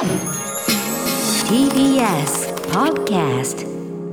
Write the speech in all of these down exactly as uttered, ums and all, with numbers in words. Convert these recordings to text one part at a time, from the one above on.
ティービーエス Podcast。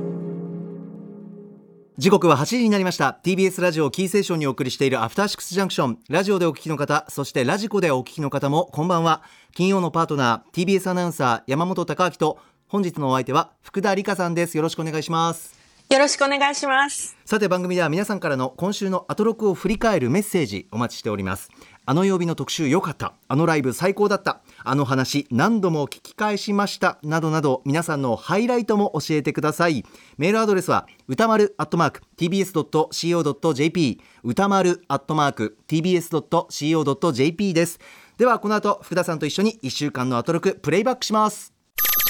時刻ははちじになりました。 ティービーエス ラジオキーステーションにお送りしているアフターシックスジャンクション。ラジオでお聞きの方、そしてラジコでお聞きの方もこんばんは。金曜のパートナー ティービーエス アナウンサー山本貴明と、本日のお相手は福田理香さんです。よろしくお願いします。 よろしくお願いします。 さて、番組では皆さんからの今週のアトロクを振り返るメッセージお待ちしております。あの曜日の特集良かった、あのライブ最高だった、あの話何度も聞き返しましたなどなど、皆さんのハイライトも教えてください。メールアドレスは歌丸アットマーク ティービーエスドットシーオードットジェーピー 歌丸アットマーク ティービーエスドットシーオードットジェーピー です。ではこの後福田さんと一緒にいっしゅうかんのアトロクプレイバックします。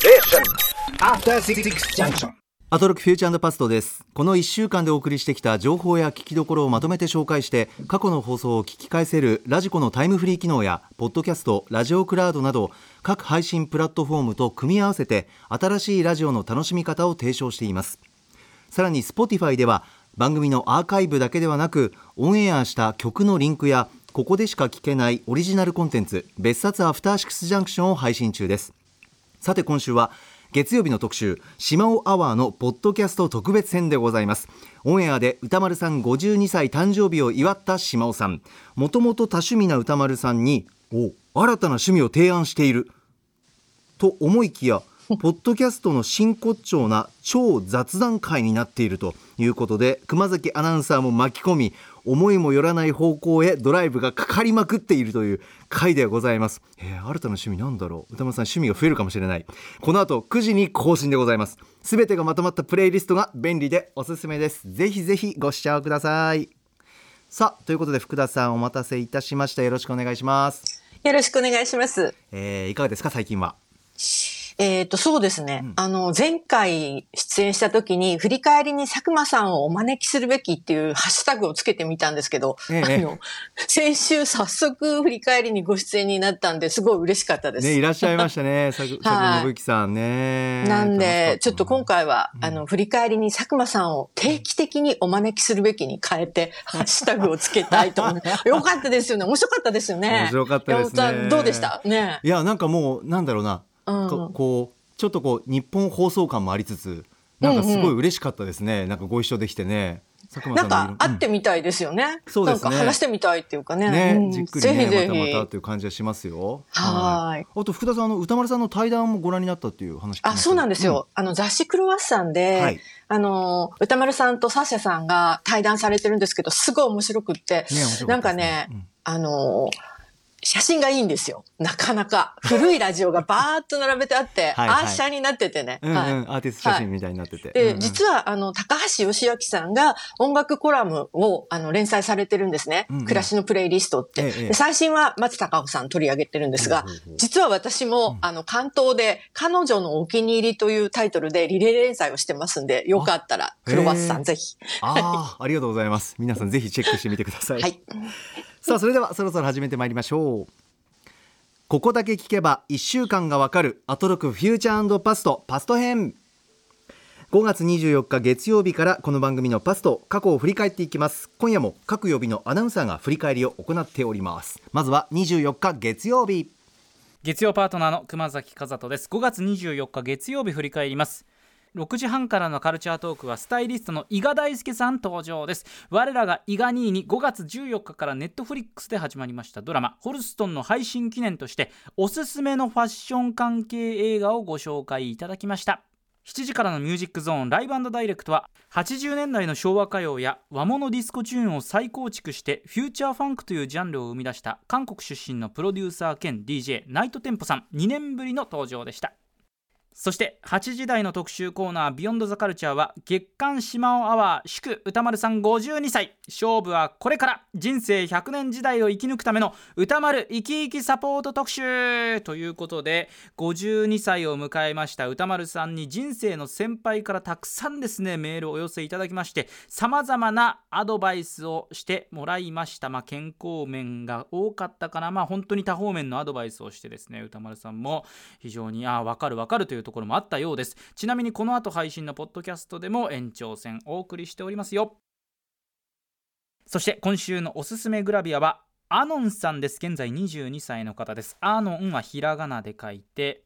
アトロクフューチャーパストです。このいっしゅうかんでお送りしてきた情報や聞きどころをまとめて紹介して、過去の放送を聞き返せるラジコのタイムフリー機能やポッドキャスト、ラジオクラウドなど各配信プラットフォームと組み合わせて新しいラジオの楽しみ方を提唱しています。さらに Spotify では番組のアーカイブだけではなく、オンエアした曲のリンクやここでしか聞けないオリジナルコンテンツ別冊アフターシックスジャンクションを配信中です。さて、今週は月曜日の特集島尾アワーのポッドキャスト特別編でございます。オンエアで歌丸さんごじゅうにさい誕生日を祝った島尾さん、もともと多趣味な歌丸さんにお新たな趣味を提案していると思いきや、ポッドキャストの真骨頂な超雑談会になっているということで、熊崎アナウンサーも巻き込み、思いもよらない方向へドライブがかかりまくっているという回でございます。えー、新たな趣味なんだろう。歌丸さん趣味が増えるかもしれない。この後くじに更新でございます。すべてがまとまったプレイリストが便利でおすすめです。ぜひぜひご視聴ください。さあ、ということで福田さんお待たせいたしました。よろしくお願いします。 よろしくお願いします。 えー、いかがですか最近は。 えっと、そうですね。 うん、 あの、前回出演した時に、振り返りに佐久間さんをお招きするべきっていうハッシュタグをつけてみたんですけど、ええ、あの、先週早速振り返りにご出演になったんで、すごい嬉しかったです。 ね、いらっしゃいましたね。佐久間信之さんね。 なんで、ちょっと今回は、うん、あの、振り返りに佐久間さんを定期的にお招きするべきに変えて、ハッシュタグをつけたいと思う。よかったですよね。面白かったですよね。 面白かったですね。 どうでしたね。 いや、なんかもう、なんだろうな。うん、こうちょっとこう日本放送感もありつつ、なんかすごい嬉しかったですね、うんうん、なんかご一緒できてね。佐久間さんなんか会ってみたいですよね、うん、そうですね。なんか話してみたいっていうかね、 ね、 うん、 じっくりね、 ぜひぜひまたまたという感じがしますよ。 はい。 あと福田さん、あの歌丸さんの対談もご覧になったっていう話聞きました。 あ、そうなんですよ、うん、あの雑誌クロワッサンで、はい、あの歌丸さんとサッシャさんが対談されてるんですけど、すごい面白くって、ね、面白かったですね。なんかね、うん、あの写真がいいんですよ。なかなか。古いラジオがバーッと並べてあって、はい、はい、アーシャになっててね。 うんうん、はい、アーティスト写真みたいになってて。 で、 うんうん、 実は、あの、高橋義明さんが音楽コラムを、あの、連載されてるんですね。うんうん、暮らしのプレイリストって。ええ、で最新は松たか子さん取り上げてるんですが、ほうほうほう、実は私も、うん、あの、関東で、彼女のお気に入りというタイトルでリレー連載をしてますんで、よかったら、クロワッサンぜひ。 ああ、ありがとうございます。皆さんぜひチェックしてみてください。はい。さあ、それではそろそろ始めてまいりましょう。ここだけ聞けばいっしゅうかんがわかるアトロクフューチャー&パストパスト編。ごがつにじゅうよっか月曜日からこの番組のパスト過去を振り返っていきます。今夜も各曜日のアナウンサーが振り返りを行っております。まずはにじゅうよっか月曜日、 月曜パートナーの熊崎和人です。ごがつにじゅうよっか月曜日振り返ります。ろくじはんからのカルチャートークはスタイリストの伊賀大輔さん登場です。我らが伊賀兄にごがつじゅうよっかからネットフリックスで始まりましたドラマホルストンの配信記念としておすすめのファッション関係映画をご紹介いただきました。しちじからのミュージックゾーンライブ&ダイレクトははちじゅうねんだいの昭和歌謡や和物ディスコチューンを再構築してフューチャーファンクというジャンルを生み出した韓国出身のプロデューサー兼 ディージェー ナイトテンポさん、にねんぶりの登場でした。そしてはちじ台の特集コーナービヨンドザカルチャーは月刊島尾アワー祝歌丸さんごじゅうにさい、勝負はこれから、人生ひゃくねん時代を生き抜くための歌丸生き生きサポート特集ということで、ごじゅうにさいを迎えました歌丸さんに人生の先輩からたくさんですねメールをお寄せいただきまして、さまざまなアドバイスをしてもらいました。まあ健康面が多かったかな、まあ本当に多方面のアドバイスをしてですね、歌丸さんも非常にあ分かる分かるというところもあったようです。ちなみにこの後配信のポッドキャストでも延長戦お送りしておりますよ。そして今週のおすすめグラビアはアノンさんです。現在にじゅうにさいの方です。アノンはひらがなで書いて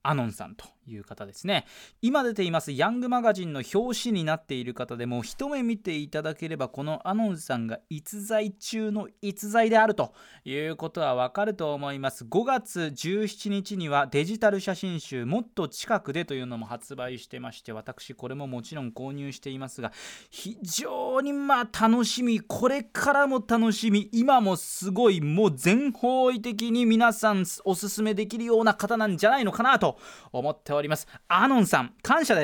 アノンさんという方ですね。今出ていますヤングマガジンの表紙になっている方でも一目見ていただければこのアノンさんが逸材中の逸材であるということはわかると思います。ごがつじゅうしちにちにはデジタル写真集もっと近くでというのも発売してまして、私これももちろん購入していますが、非常にまあ楽しみ、これからも楽しみ、今もすごいもう全方位的に皆さんおすすめできるような方なんじゃないのかなと思っております。アノンさん感謝です。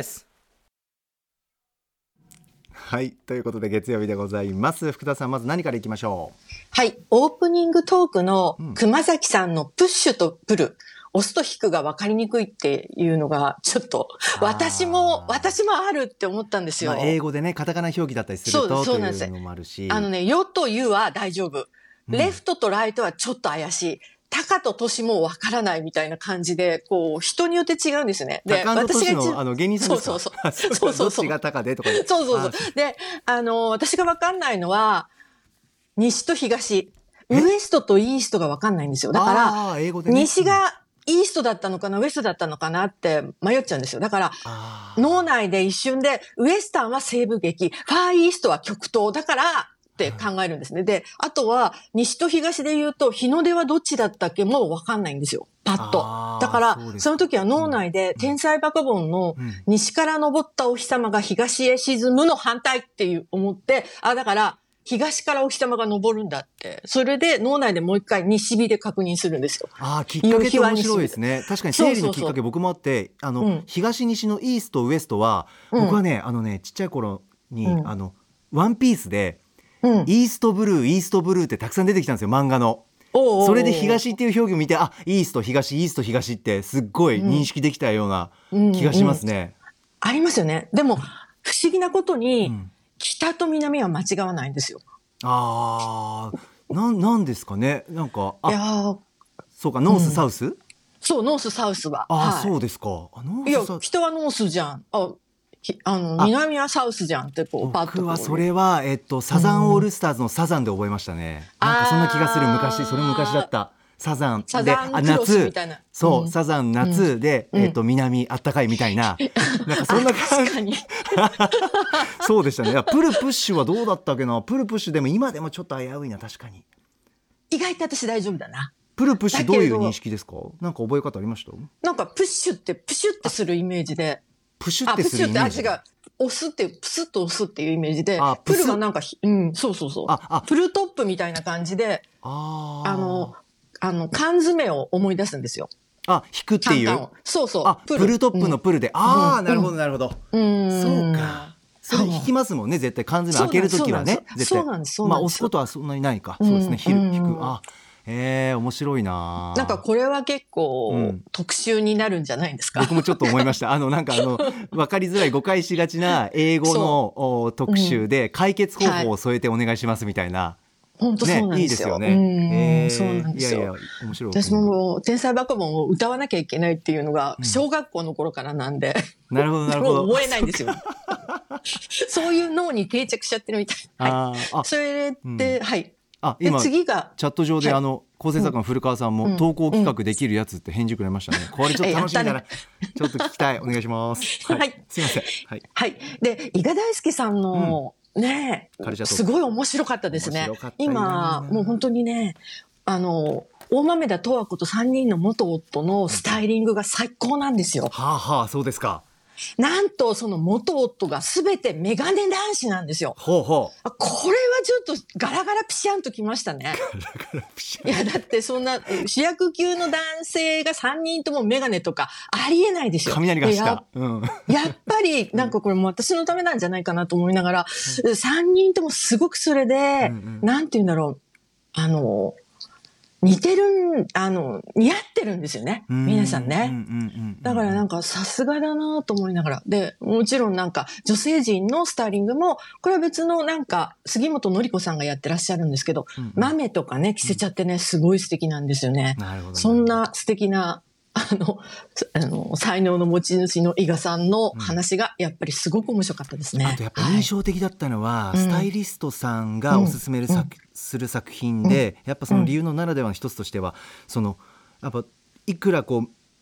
はい、ということで月曜日でございます。福田さん、まず何からいきましょう。 はい、オープニングトークの熊崎さんのプッシュとプル、うん、押すと引くが分かりにくいっていうのがちょっと私も私もあるって思ったんですよ、 まあ、英語でねカタカナ表記だったりするとというのもあるし、 あのね、よとゆは大丈夫、レフトとライトはちょっと怪しい、タカとトシもわからないみたいな感じで、こう、人によって違うんですね。 で、タカとトシの、あの、芸人さんですか？ そうそうそう。 そうそうそう。どっちがタカでとかで。 そうそうそう。で、あの、私がわかんないのは、西と東、ウエストとイーストがわかんないんですよ。だから、英語でね、西がイーストだったのかな、ウエストだったのかなって迷っちゃうんですよ。だから、脳内で一瞬で、ウエスタンは西部劇、ファーイーストは極東。だから、って考えるんですね。で、あとは、西と東で言うと、日の出はどっちだったっけもうわかんないんですよ。パッと。だから、その時は脳内で、天才バカボンの西から昇ったお日様が東へ沈むの反対っていう思って、あ、だから、東からお日様が昇るんだって。それで脳内でもう一回西日で確認するんですよ。 ああ、きっかけって面白いですね。確かに整理のきっかけ僕もあって、あの、うん、東西のイーストウエストは、僕はね、うん、あのね、ちっちゃい頃に、うん、あの、ワンピースで、うん、イーストブルー、イーストブルーってたくさん出てきたんですよ、漫画の。おうおうおう、それで東っていう表記を見て、あ、イースト東、イースト東ってすっごい認識できたような気がしますね。うんうんうん、 ありますよね。でも、不思議なことに、うん、北と南は間違わないんですよ。 ああ、な、なんですかね。なんか、あ、 いやそうか、ノース、うん、サウス？ そう、ノース、サウスは。 あ、 はい、 そうですか。ノース、 いや、北はノースじゃん。あ、あの、南はサウスじゃんってこう、パッと。 僕はそれは、えっと、サザンオールスターズのサザンで覚えましたね。うん、なんかそんな気がする。昔、それ昔だった。サザンで、 サザンクロスみたいな。 そう、 うん、 サザン夏で、うん、えっと、南あったかいみたいな。なんかそんな感じ。 確かに。 そうでしたね。プルプッシュはどうだったっけな。プルプッシュでも今でもちょっと危ういな、確かに。 意外と私大丈夫だな。 プルプッシュどういう認識ですか？なんか覚え方ありました？ なんかプッシュってプシュってするイメージで。 プシュってするイメージ。 あ、プシュって、あ、違う。押すって、プスッと押すっていうイメージで、プルがなんか、うん、そうそうそう。ああプルトップみたいな感じで、あ, あの、あの、缶詰を思い出すんですよ。 あ、引くっていう。 そうそう。 あ、プル、プルトップのプルで。うん、ああ、なるほど、なるほど。うん。そうか。それ引きますもんね、絶対缶詰開けるときはね。絶対。そうなんです、そうなんです。まあ、押すことはそんなにないか。そうですね、引く。引く。あ、えー、面白いな。 なんかこれは結構、うん、特集になるんじゃないですか。 僕もちょっと思いました。あの、なんかあの、分かりづらい誤解しがちな英語の特集で解決方法を添えてお願いしますみたいな。はい、 本当そうなんですよ。 ね、いいですよね。 えー、そうなんですよ。いやいや、 面白い。 私ももう、天才バカボンを歌わなきゃいけないっていうのが、小学校の頃からなんで。 うん、なるほど、なるほど。 もう覚えないんですよ。そういう脳に定着しちゃってるみたいな。はい。あ、それで、うん、はい。 あ、今次がチャット上で、はい、あの構成作家の古川さんも、うん、投稿企画できるやつって返事くれましたね。これちょっと楽しみだな。ちょっと聞きたい。お願いします。はい。はい、すいません。はい。 はい。で、伊賀大輔さんの、うん、ね、すごい面白かったですね。今もう本当にね、あの大豆田十和子とさんにんの元夫のスタイリングが最高なんですよ。 はあはあ、そうですか。 なんとその元夫がすべてメガネ男子なんですよ。 ほうほう。 これはちょっとガラガラピシャンときましたね。ガラガラピシャン。いやだってそんな主役級の男性がさんにんともメガネとかありえないですよ。 雷がした。 うん、やっぱりなんかこれも私のためなんじゃないかなと思いながら、うん、さんにんともすごくそれで、うんうん、なんて言うんだろう。あの、似てるん、あの、似合ってるんですよね。皆さんね。だからなんかさすがだなと思いながら。で、もちろんなんか女性陣のスタイリングも、これは別のなんか杉本典子さんがやってらっしゃるんですけど、うんうん、豆とかね、着せちゃってね、すごい素敵なんですよね。なるほど。そんな素敵な、あの、あの、才能の持ち主の伊賀さんの話がやっぱりすごく面白かったですね。 あとやっぱ印象的だったのは、はい、スタイリストさんがおすすめる作、うん、する作品で、うん、やっぱその理由のならではの一つとしては、その、やっぱいくらこう、着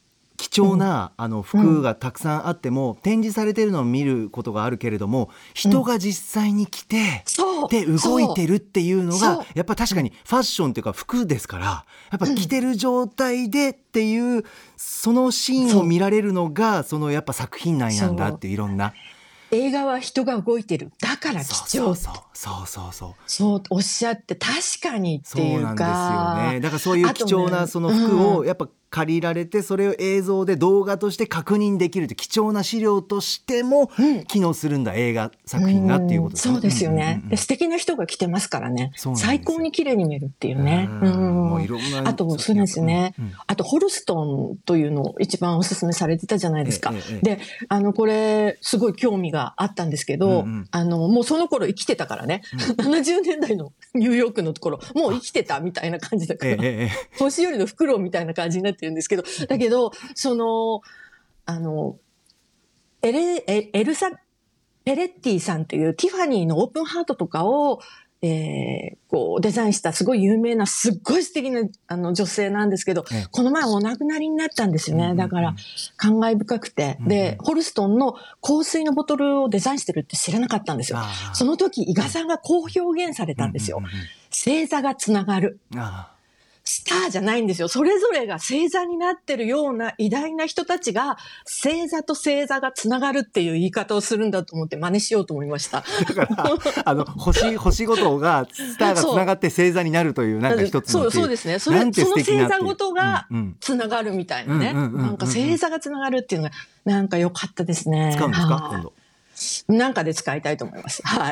貴重な、うん、あの服がたくさんあっても、うん、展示されてるのを見ることがあるけれども、人が実際に来て、うん、で動いてるっていうのがやっぱ確かにファッションというか服ですから、やっぱ着てる状態でっていう、うん、そのシーンを見られるのがそのやっぱ作品内なんだっていう、いろんな映画は人が動いてる、だから貴重、 そうそうそうそうそうおっしゃって、確かにっていうか、 そうなんですよね。だからそういう貴重なその服をやっぱ借りられて、それを映像で動画として確認できるという貴重な資料としても機能するんだ、うん、映画作品がっていうことですね。 そうですよね、うんうんうん、で素敵な人が来てますからね、最高に綺麗に見えるっていうね。うん、もういろんな、あとそうですね、うんうん、あとホルストンというのを一番おすすめされてたじゃないですか、ええええ、であのこれすごい興味があったんですけど、うんうん、あのもうその頃生きてたからね、うん、ななじゅうねんだいのニューヨークのところもう生きてたみたいな感じだから、ええ、星寄りのフクロウみたいな感じになってるんですけど、だけどそのあのエレエエルサ・ペレッティさんというティファニーのオープンハートとかを、えー、こうデザインしたすごい有名なすっごい素敵なあの女性なんですけど、ええ、この前お亡くなりになったんですよね、うんうんうん、だから感慨深くて、うんうん、でホルストンの香水のボトルをデザインしてるって知らなかったんですよ。その時伊賀さんがこう表現されたんですよ、うんうんうんうん、星座がつながる、あスターじゃないんですよ。それぞれが星座になってるような偉大な人たちが星座と星座がつながるっていう言い方をするんだと思って真似しようと思いました。 だからあの 星, 星ごとがスターがつながって星座になるというなんか一つのそうそうですね。それその星座ごとがつながるみたいなね。なんか星座がつながるっていうのがなんか良かったですね。 使うんですか今度？ なんかで使いたいと思います。はい。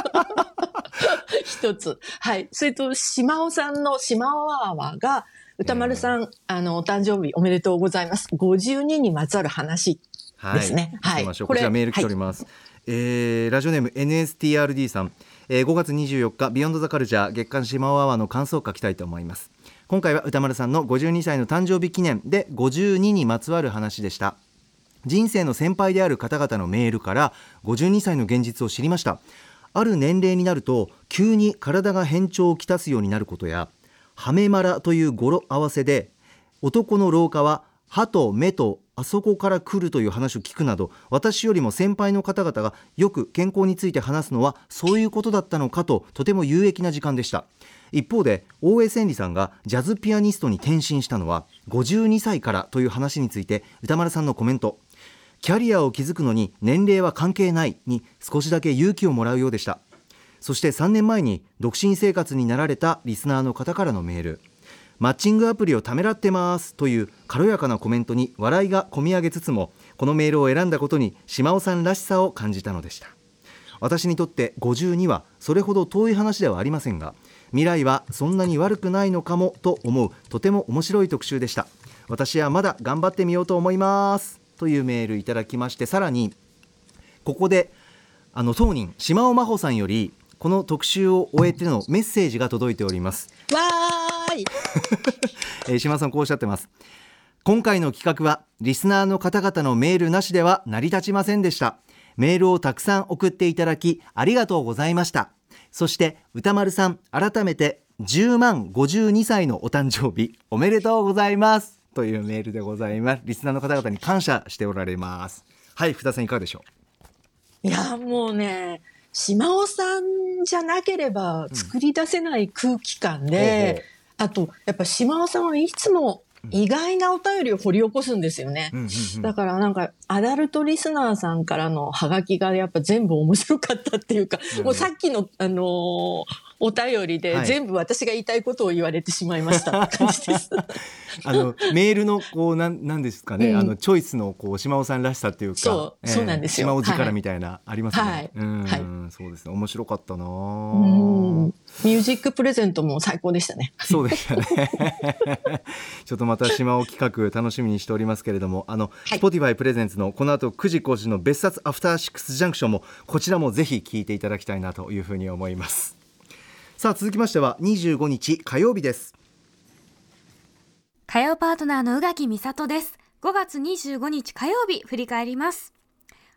一つ。はい。それと、島尾さんの島尾アワーが、歌丸さん、あの、お誕生日おめでとうございます。ごじゅうににまつわる話ですね。 はい。はい、こちらメール来ております。はい、えー、ラジオネーム エヌエスティーアールディー さん、えー、ごがつにじゅうよっか、ビヨンドザカルチャー月刊島尾アワーの感想を書きたいと思います。今回は歌丸さんのごじゅうにさいの誕生日記念でごじゅうににまつわる話でした。人生の先輩である方々のメールからごじゅうにさいの現実を知りました。ある年齢になると急に体が変調をきたすようになることや、ハメマラという語呂合わせで男の老化は歯と目とあそこから来るという話を聞くなど、私よりも先輩の方々がよく健康について話すのはそういうことだったのかと、とても有益な時間でした。一方で大江千里さんがジャズピアニストに転身したのはごじゅうにさいからという話について、歌丸さんのコメント、キャリアを築くのに年齢は関係ないに少しだけ勇気をもらうようでした。そしてさんねんまえに独身生活になられたリスナーの方からのメール、マッチングアプリをためらってますという軽やかなコメントに笑いがこみ上げつつも、このメールを選んだことに島尾さんらしさを感じたのでした。私にとってごじゅうにはそれほど遠い話ではありませんが、未来はそんなに悪くないのかもと思うとても面白い特集でした。私はまだ頑張ってみようと思いますというメールいただきまして、さらにここであの当人島尾真帆さんよりこの特集を終えてのメッセージが届いております。 わーい、 えー、島尾さんこうおっしゃってます。今回の企画はリスナーの方々のメールなしでは成り立ちませんでした。メールをたくさん送っていただきありがとうございました。そして歌丸さん、改めてじゅうまんごじゅうにさいのお誕生日おめでとうございますというメールでございます。リスナーの方々に感謝しておられます。はい、福田さんいかがでしょう？いやもうね、島尾さんじゃなければ作り出せない空気感で、うん、あとやっぱ島尾さんはいつも意外なお便りを掘り起こすんですよね、うんうんうん、だからなんかアダルトリスナーさんからのハガキがやっぱ全部面白かったっていうか、うん、もうさっきの、あのー、お便りで全部私が言いたいことを言われてしまいましたって感じですあのメールのこう な, なんですかね、うん、あのチョイスのこう島尾さんらしさっていうか、 そう、えー、そうなんですよ、 島尾力みたいな、はい、ありますね、はい、うん、はい、そうですね、面白かったな。うんミュージックプレゼントも最高でしたね。 そうでしたねちょっとまた島尾企画楽しみにしておりますけれども、あの、はい、Spotify プレゼンツのこの後くじ更新の別冊アフターシックスジャンクションもこちらもぜひ聞いていただきたいなというふうに思います。さあ続きましてはにじゅうごにち火曜日です。 火曜パートナーの宇垣美里です。ごがつにじゅうごにち火曜日振り返ります。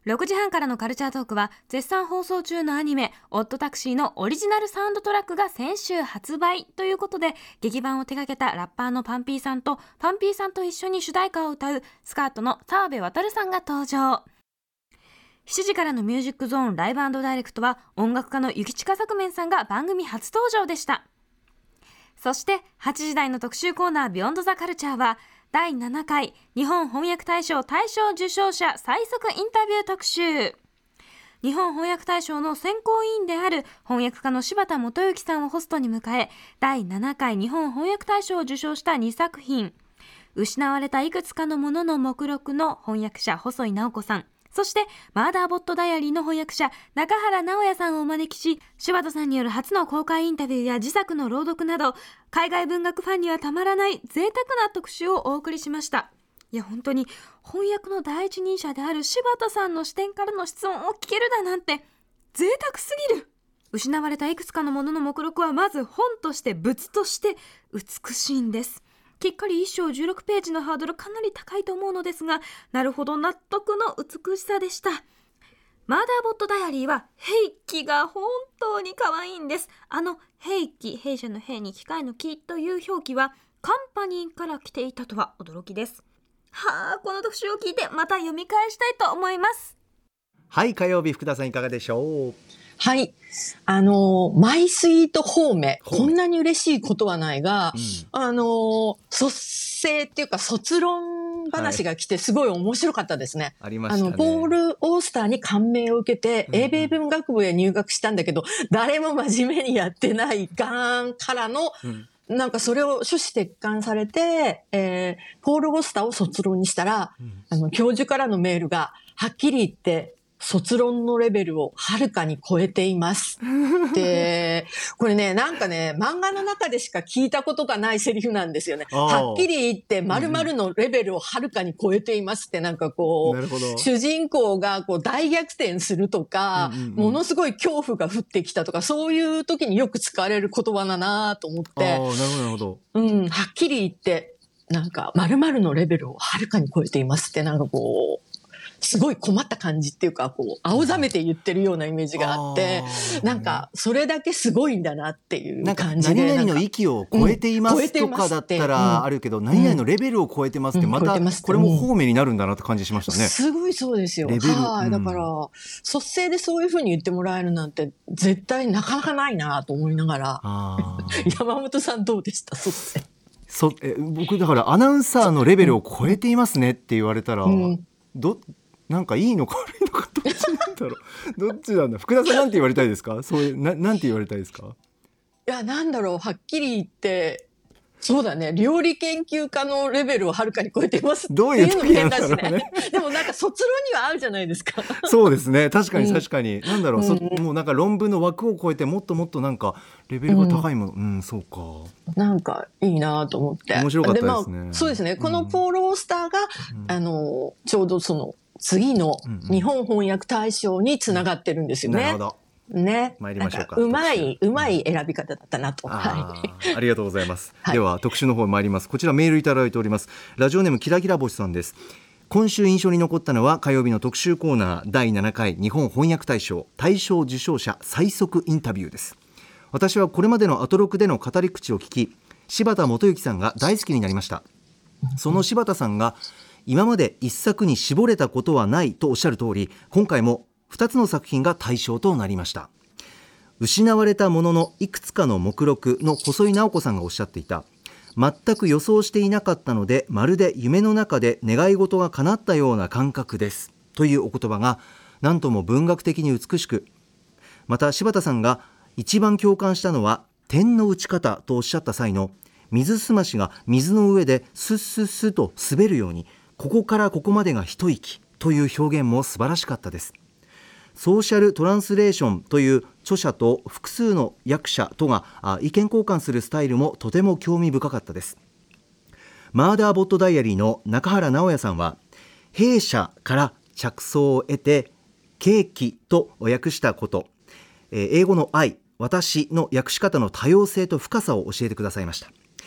ろくじはんからのカルチャートークは絶賛放送中のアニメオットタクシーのオリジナルサウンドトラックが先週発売ということで、劇版を手掛けたラッパーのパンピーさんとパンピーさんと一緒に主題歌を歌うスカートの澤部渉さんが登場。しちじからのミュージックゾーンライブ&ダイレクトは音楽家のゆきちかさくめんさんが番組初登場でした。そしてはちじ台の特集コーナービヨンドザカルチャーはだいななかい日本翻訳大賞大賞受賞者最速インタビュー特集。日本翻訳大賞の選考委員である翻訳家の柴田元幸さんをホストに迎え、だいななかい日本翻訳大賞を受賞したにさく品、失われたいくつかのものの目録の翻訳者細井直子さん、そしてマーダーボットダイアリーの翻訳者中原直也さんをお招きし、柴田さんによる初の公開インタビューや自作の朗読など海外文学ファンにはたまらない贅沢な特集をお送りしました。いや本当に翻訳の第一人者である柴田さんの視点からの質問を聞けるだなんて贅沢すぎる。失われたいくつかのものの目録はまず本として物として美しいんです。きっかりいっ章じゅうろくページのハードルかなり高いと思うのですが、なるほど納得の美しさでした。マーダーボットダイアリーは兵器が本当に可愛いんです。あの兵器、弊社の兵に機械の機という表記はカンパニーから来ていたとは驚きです。はあ、この特集を聞いてまた読み返したいと思います。 はい、火曜日福田さんいかがでしょう。 はい。あの、マイスイートホーメ。こんなに嬉しいことはないが、うん、あの、卒生っていうか卒論話が来てすごい面白かったですね。はい、 ありましたね。 あの、ポール・オースターに感銘を受けて、うんうん、英米文学部へ入学したんだけど、誰も真面目にやってないガーンからの、うんなんかそれを初志撤回されて、えー、ポール・オースターを卒論にしたら、うん、あの、教授からのメールが、はっきり言って、卒論のレベルをはるかに超えています。で、これね、なんかね、漫画の中でしか聞いたことがないセリフなんですよね。はっきり言って、〇〇のレベルをはるかに超えていますってなんかこう、主人公がこう大逆転するとか、うんうんうん、ものすごい恐怖が降ってきたとか、そういう時によく使われる言葉だなと思って。 ああ、なるほど、なるほど。 うん、はっきり言って、なんか、〇〇のレベルをはるかに超えていますって、なんかこう、すごい困った感じっていうか、こう、青ざめて言ってるようなイメージがあって、なんか、それだけすごいんだなっていう感じで。 何々の域を超えていますとかだったらあるけど、何々のレベルを超えてますって、また、これも方面になるんだなって感じしましたね。 すごいそうですよ。はい。だから、卒生でそういう風に言ってもらえるなんて、絶対なかなかないなと思いながら。山本さんどうでした卒生。 そえ僕だからアナウンサーのレベルを超えていますねって言われたら、うん、どなんかいいのか悪いのかどっちなんだろうどっちなんだ。福田さんなんて言われたいですか。そういうななんて言われたいですか。 いやなんだろうはっきり言ってそうだね料理研究家のレベルをはるかに超えていますどういう時なんだろうね。 でもなんか卒論には合うじゃないですか。 そうですね確かに確かに、うん、なんだろう、うん、もうなんか論文の枠を超えてもっともっとなんかレベルが高いもの、うん、うん、そうかなんかいいなと思って面白かったですね。 で、まあ、そうですねこのポール・オースターが、うん、あのちょうどその次の日本翻訳大賞につながってるんですよね。 なるほどね、 参りましょうか。 うまい、うまい選び方だったなと。 あ, ありがとうございます、はい、では特集の方参ります。こちらメールいただいております。ラジオネームキラキラ星さんです。今週印象に残ったのは火曜日の特集コーナーだいななかい日本翻訳大賞大賞受賞者最速インタビューです。私はこれまでのアトロクでの語り口を聞き柴田元幸さんが大好きになりました。その柴田さんが今まで一作に絞れたことはないとおっしゃる通り今回もふたつの作品が対象となりました。失われたもののいくつかの目録の細井直子さんがおっしゃっていた全く予想していなかったのでまるで夢の中で願い事が叶ったような感覚ですというお言葉が何とも文学的に美しく、また柴田さんが一番共感したのは点の打ち方とおっしゃった際の水すましが水の上でスッスッスッと滑るようにここからここまでが一息という表現も素晴らしかったです。ソーシャルトランスレーションという著者と複数の役者とが意見交換するスタイルもとても興味深かったです。マーダーボットダイアリーの中原直也さんは弊社から着想を得てケーキと訳したこと、英語の愛、私の訳し方の多様性と深さを教えてくださいました。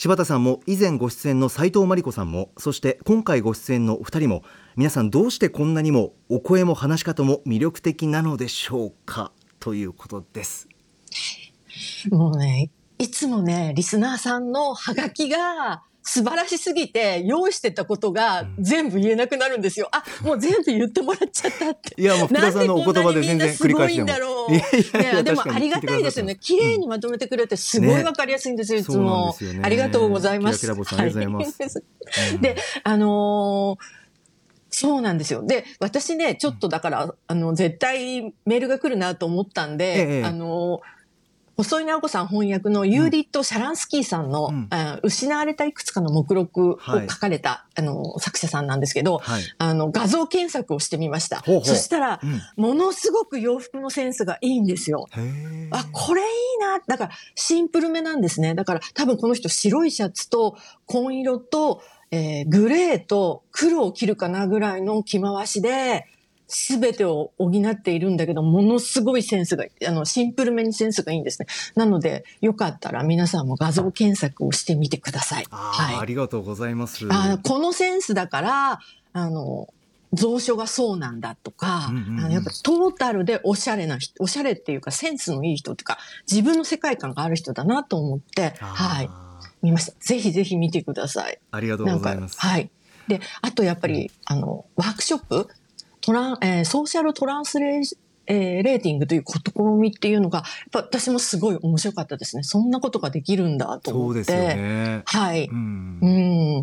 柴田さんも以前ご出演の斉藤真理子さんも、そして今回ご出演のお二人も、皆さんどうしてこんなにもお声も話し方も魅力的なのでしょうか、ということです。 もうね、いつもね、リスナーさんのハガキが素晴らしすぎて、用意してたことが全部言えなくなるんですよ。あ、もう全部言ってもらっちゃったって。 いや、もう福田さんのお言葉で全然繰り返しても。 なんでこんなにみんなすごいんだろう。いやいやいや、でもありがたいですよね。綺麗にまとめてくれてすごいわかりやすいんですよ、ね、いつも。ね、ありがとうございます。 キラキラボさん、ありがとうございます。 うん、で、あのー、そうなんですよ。で、私ね、ちょっとだから、あの、絶対メールが来るなと思ったんで、ええ、あのー、細井直子さん翻訳のユーディット・シャランスキーさんの、うん、失われたいくつかの目録を書かれた、はい、あの作者さんなんですけど、はい、あの画像検索をしてみました。ほうほう。そしたら、うん、ものすごく洋服のセンスがいいんですよ。あ、これいいな。だからシンプルめなんですね。だから多分この人白いシャツと紺色と、えー、グレーと黒を着るかなぐらいの着回しで、すべてを補っているんだけど、ものすごいセンスが、あの、シンプルめにセンスがいいんですね。なので、よかったら皆さんも画像検索をしてみてください。 あ、はい、ありがとうございます。 あ、このセンスだから、あの、蔵書がそうなんだとか、うんうんうん、あのやっぱトータルでおしゃれな人、おしゃれっていうかセンスのいい人とか、自分の世界観がある人だなと思って、はい、見ました。ぜひぜひ見てください。 ありがとうございます。 はい。で、あとやっぱり、あの、ワークショップ、トラン、えー、ソーシャルトランスレー、えー、レーティングという試みっていうのが、やっぱ私もすごい面白かったですね。そんなことができるんだと思って。 そうですよね。 はい。うん。うん。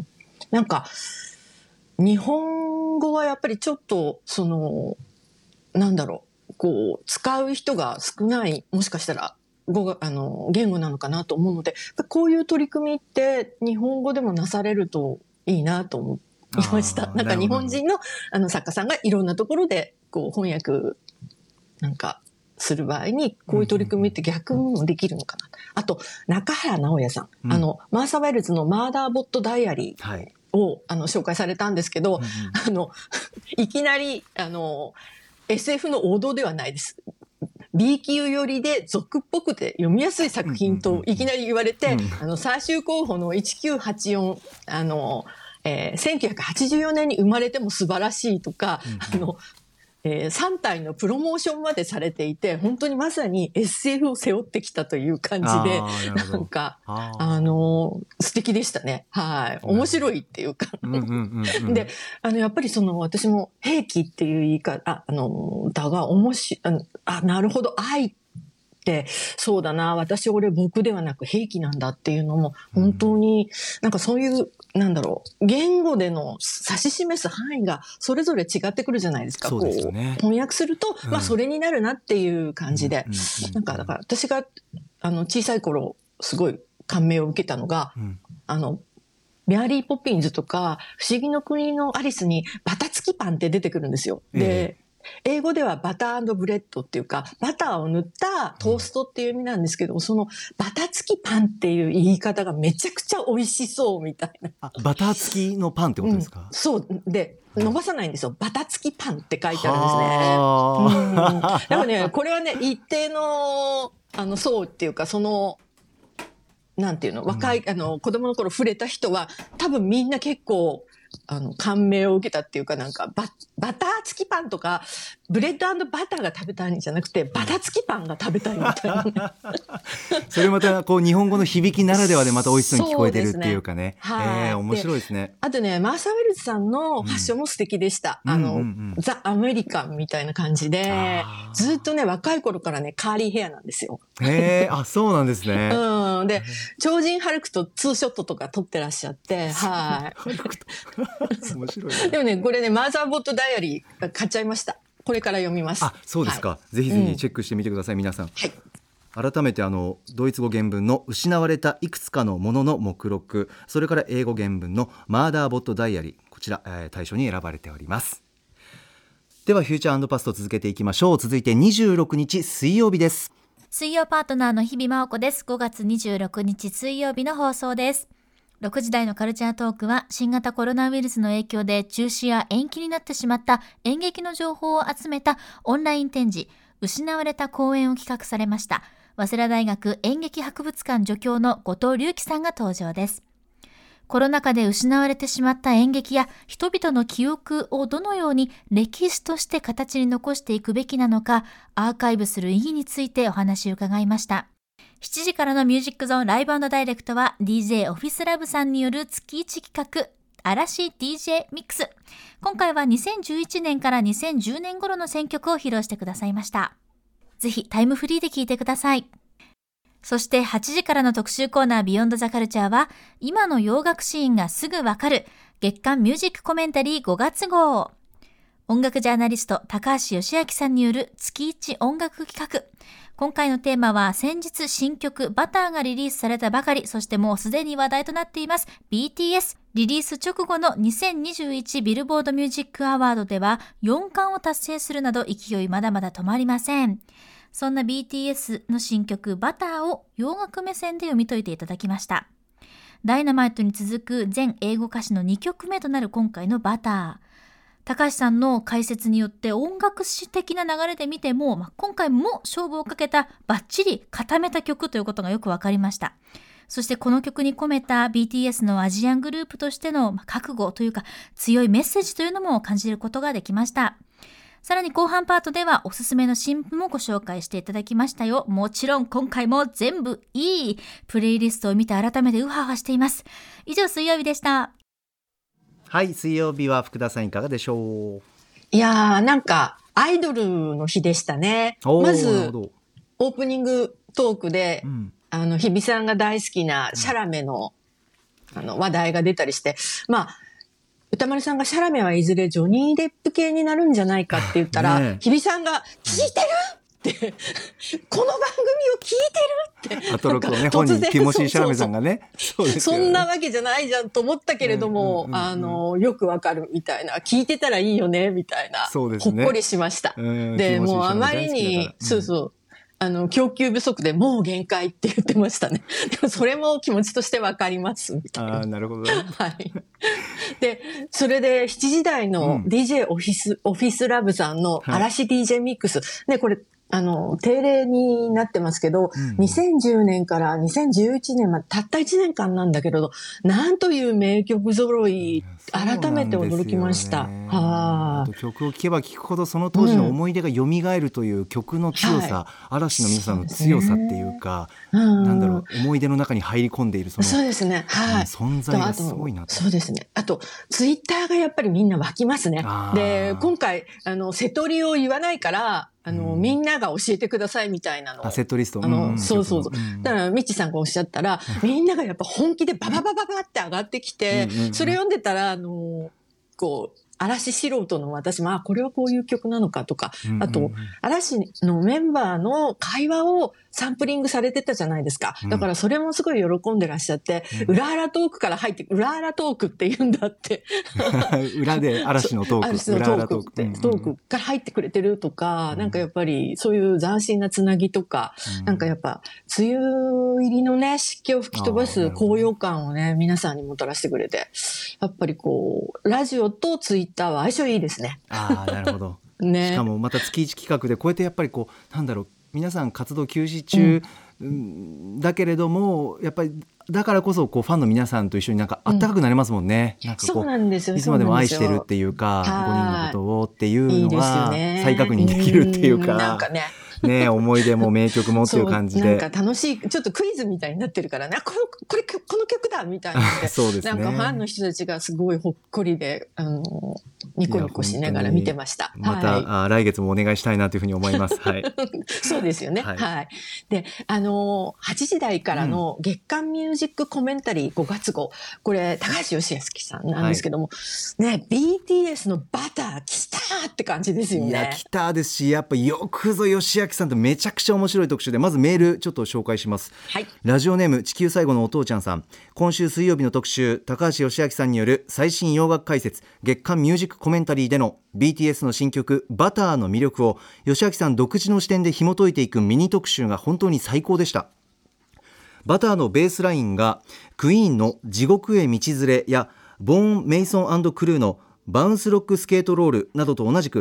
なんか、日本語はやっぱりちょっと、その、なんだろう、こう、使う人が少ない、もしかしたら、語が、あの、言語なのかなと思うので、こういう取り組みって日本語でもなされるといいなと思って、いました。なんか日本人のあの作家さんがいろんなところでこう翻訳なんかする場合にこういう取り組みって逆にもできるのかな。あと中原直也さん、うん、あのマーサ・ウェルズのマーダーボットダイアリーを、はい、あの紹介されたんですけど、うんうん、あのいきなりあの エスエフ の王道ではないです。B 級寄りで俗っぽくて読みやすい作品といきなり言われて、うんうんうん、あの最終候補のせんきゅうひゃくはちじゅうよんあのえー、せんきゅうひゃくはちじゅうよねんに生まれても素晴らしいとか、うん、あの、えー、さん体のプロモーションまでされていて、本当にまさに エスエフ を背負ってきたという感じで、なんか、あ、あのー、素敵でしたね。はい。面白いっていうか。で、あの、やっぱりその、私も、兵器っていう言い方、あ、あの、歌が面白い、あ、なるほど、愛って、そうだな、私、俺、僕ではなく兵器なんだっていうのも、本当に、なんかそういう、なんだろう、言語での指し示す範囲がそれぞれ違ってくるじゃないですか。 そうですよね。 こう翻訳すると、うん、まあそれになるなっていう感じで、うんうんうん、なんかだから私があの小さい頃すごい感銘を受けたのが、うん、あのメアリー・ポピンズとか不思議の国のアリスにバタつきパンって出てくるんですよ。で、えー英語ではバター&ブレッドっていうか、バターを塗ったトーストっていう意味なんですけど、うん、そのバタつきパンっていう言い方がめちゃくちゃ美味しそうみたいな。 あ、バター付きのパンってことですか？ うん、そう。で、伸ばさないんですよ。バタつきパンって書いてあるんですね。うん、でもね、これはね、一定の、あの、層っていうか、その、なんていうの、若い、あの、子供の頃触れた人は、多分みんな結構、あの、感銘を受けたっていうかなんか、バ、バター付きパンとか、ブレッド&バターが食べたいんじゃなくて、バタ付きパンが食べたいみたいな、ね。 それまた、こう、日本語の響きならではでまた美味しそうに聞こえてるっていうかね。はい。えー、面白いですね。 あとね、マーサ・ウェルズさんのファッションも素敵でした。うん、あの、うんうんうん、ザ・アメリカンみたいな感じで、ずっとね、若い頃からね、カーリーヘアなんですよ。 へえ、あ、そうなんですね。 うん。で、超人ハルクとツーショットとか撮ってらっしゃって、はい。 面白いね。 でもね、これね、マーザーボットダイアリー買っちゃいました。これから読みます。 あ、そうですか。はい、ぜひぜひチェックしてみてください、うん、皆さん。はい。改めてあのドイツ語原文の失われたいくつかのものの目録、それから英語原文のマーダーボットダイアリー、こちら、えー、対象に選ばれております。ではフューチャー&パスト続けていきましょう。続いてにじゅうろくにち水曜日です。 水曜パートナーの日々真央子です。ごがつにじゅうろくにち水曜日の放送です。ろくじ台のカルチャートークは新型コロナウイルスの影響で中止や延期になってしまった演劇の情報を集めたオンライン展示失われた公演を企画されました早稲田大学演劇博物館助教の後藤隆樹さんが登場です。 コロナ禍で失われてしまった演劇や人々の記憶をどのように歴史として形に残していくべきなのか、アーカイブする意義についてお話を伺いました。しちじからのミュージックゾーンライブ&ダイレクトは ディージェー オフィスラブさんによる月いち企画嵐 ディージェー ミックス。今回はにせんじゅういちねんからにせんじゅうねん頃の選曲を披露してくださいました。ぜひタイムフリーで聴いてください。そしてはちじからの特集コーナービヨンドザカルチャーは今の洋楽シーンがすぐわかる月刊ミュージックコメンタリーごがつ号。音楽ジャーナリスト高橋義明さんによる月一音楽企画。今回のテーマは先日新曲バターがリリースされたばかり、そしてもうすでに話題となっています ビーティーエス。リリース直後のにせんにじゅういちビルボードミュージックアワードではよんかんを達成するなど勢いまだまだ止まりません。そんな ビーティーエス の新曲バターを洋楽目線で読み解いていただきました。ダイナマイトに続く全英語歌詞のにきょくめとなる今回のバター。高橋さんの解説によって音楽史的な流れで見ても、まあ、今回も勝負をかけたバッチリ固めた曲ということがよくわかりました。そしてこの曲に込めた ビーティーエス のアジアングループとしての覚悟というか強いメッセージというのも感じることができました。さらに後半パートではおすすめの新譜もご紹介していただきましたよ。もちろん今回も全部いいプレイリストを見て改めてウハウハしています。以上水曜日でした。 はい、水曜日は福田さんいかがでしょう。 いやーなんかアイドルの日でしたね。まずオープニングトークで、うん、あの日比さんが大好きなシャラメの、うん、あの話題が出たりして、まあ歌丸さんがシャラメはいずれジョニー・デップ系になるんじゃないかって言ったら、ね、日比さんが聞いてるってこの番組を聞いてるってアトロクをね本人ティモシー・シャラメさんがねそうですよね、そんなわけじゃないじゃんと思ったけれども、うんうんうんうん、あのよくわかるみたいな、聞いてたらいいよねみたいな、そうですね、ほっこりしました。でもうあまりに、うん、そうそうあの供給不足でもう限界って言ってましたね。でもそれも気持ちとしてわかりますみたいな。 あ、なるほど、ね、 はい。でそれでしちじ台の ディージェー オフィス、うん、オフィスラブさんの嵐 ディージェー ミックス、はい、ねこれあの定例になってますけど、うん、にせんじゅうねんからにせんじゅういちねんまでたったいちねんかんなんだけれど、なんという名曲揃い、改めて驚きました。はあ、曲を聴けば聴くほどその当時の思い出が蘇るという曲の強さ、うん、嵐の皆さんの強さっていうか、う、ね、なんだろう、思い出の中に入り込んでいるそのそうですね、はい、 存在がすごいなと。 そうですね。あとツイッターがやっぱりみんな湧きますね。で今回あの瀬戸りを言わないからあの、うん、みんなが教えてくださいみたいなのアセットリスト、 あの、うん、そうそうそう、うん、だからミッチさんがおっしゃったら、うん、みんながやっぱ本気でバババババって上がってきて、うんうんうん、それ読んでたらあのこう嵐素人の私も、あ、これはこういう曲なのかとか、うんうんうん、あと、嵐のメンバーの会話をサンプリングされてたじゃないですか。だからそれもすごい喜んでらっしゃって、うん、裏裏トークから入って、裏裏トークって言うんだって。 裏で嵐のトーク。 嵐のトークって、トークから入ってくれてるとか、うん、なんかやっぱりそういう斬新なつなぎとか、うん、なんかやっぱ、梅雨入りのね、湿気を吹き飛ばす高揚感をね、皆さんにもたらしてくれて、やっぱりこう、ラジオとツイッターは相性いいですね。 ああ、なるほど。ね、しかもまた月いち企画でこうやってやっぱりこうなんだろう、皆さん活動休止中、うん、だけれどもやっぱりだからこそこうファンの皆さんと一緒になんかあったかくなれますもんね、 うん、なんかこう、そうなんですよ、 いつまでも愛してるっていうかごにんのことをっていうのが再確認できるっていうか、 なんかねね、思い出も名曲もっていう感じでなんか楽しい、ちょっとクイズみたいになってるからね、これこれこの曲だみたいなそうですね、 なんかファンの人たちがすごいほっこりであのニコニコしながら見てました。 また、はい、あ来月もお願いしたいなというふうに思います。はい、 そうですよね。はい。はい、で、あのはちじ台からの月刊ミュージックコメンタリーごがつ号、これ高橋義明さんなんですけども、はい、ね ビーティーエス のバター来たーって感じですよね。 いや来たですし、やっぱよくぞ義明さんとめちゃくちゃ面白い特集で、まずメールちょっと紹介します。はい、ラジオネーム地球最後のお父ちゃんさん、今週水曜日の特集、高橋義明さんによる最新洋楽解説月刊ミュージックコメンタリーでの ビーティーエス の新曲バターの魅力を義明さん独自の視点で紐解いていくミニ特集が本当に最高でした。バターのベースラインがクイーンの地獄へ道連れやボーン・メイソン&クルーのバウンスロックスケートロールなどと同じく